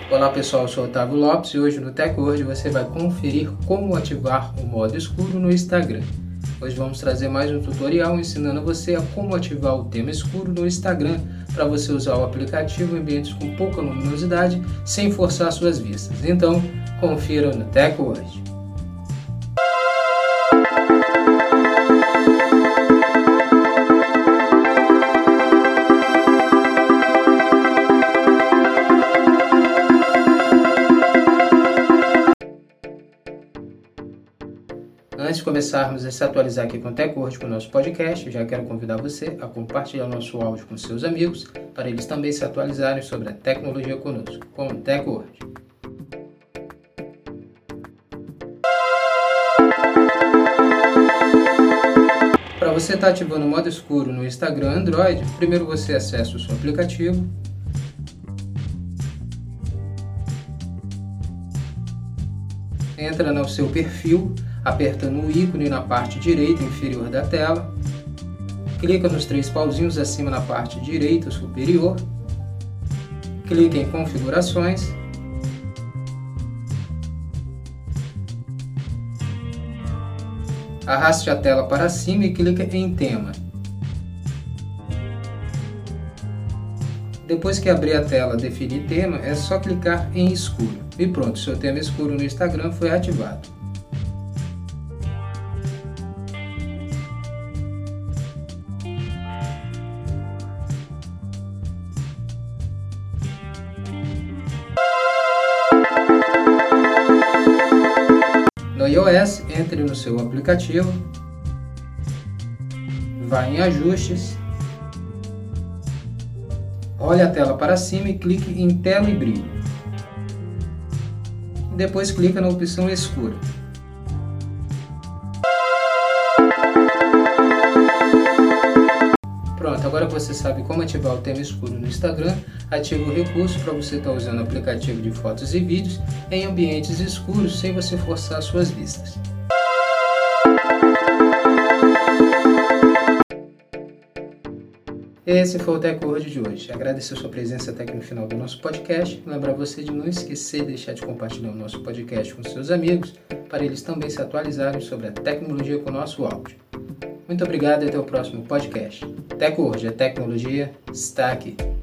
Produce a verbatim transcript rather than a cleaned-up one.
Olá pessoal, eu sou Otávio Lopes e hoje no TechWord você vai conferir como ativar o modo escuro no Instagram. Hoje vamos trazer mais um tutorial ensinando você a como ativar o tema escuro no Instagram para você usar o aplicativo em ambientes com pouca luminosidade sem forçar suas vistas. Então, confira no TechWord. Antes de começarmos a se atualizar aqui com o TechWord, com o nosso podcast, já quero convidar você a compartilhar o nosso áudio com seus amigos, para eles também se atualizarem sobre a tecnologia conosco, com o TechWord. Para você estar ativando o modo escuro no Instagram Android, primeiro você acessa o seu aplicativo, entra no seu perfil, apertando o ícone na parte direita inferior da tela, clica nos três pauzinhos acima na parte direita superior, clica em configurações, arraste a tela para cima e clica em tema. Depois que abrir a tela definir tema, é só clicar em escuro. E pronto, seu tema escuro no Instagram foi ativado. No iOS, entre no seu aplicativo, vá em ajustes, olhe a tela para cima e clique em tela e brilho. Depois clica na opção escura. Pronto, agora que você sabe como ativar o tema escuro no Instagram, ative o recurso para você estar usando o aplicativo de fotos e vídeos em ambientes escuros sem você forçar suas vistas. Esse foi o TechWord de hoje. Agradeço a sua presença até aqui no final do nosso podcast. Lembrar você de não esquecer de deixar de compartilhar o nosso podcast com seus amigos, para eles também se atualizarem sobre a tecnologia com o nosso áudio. Muito obrigado e até o próximo podcast. TechWord, a tecnologia está aqui.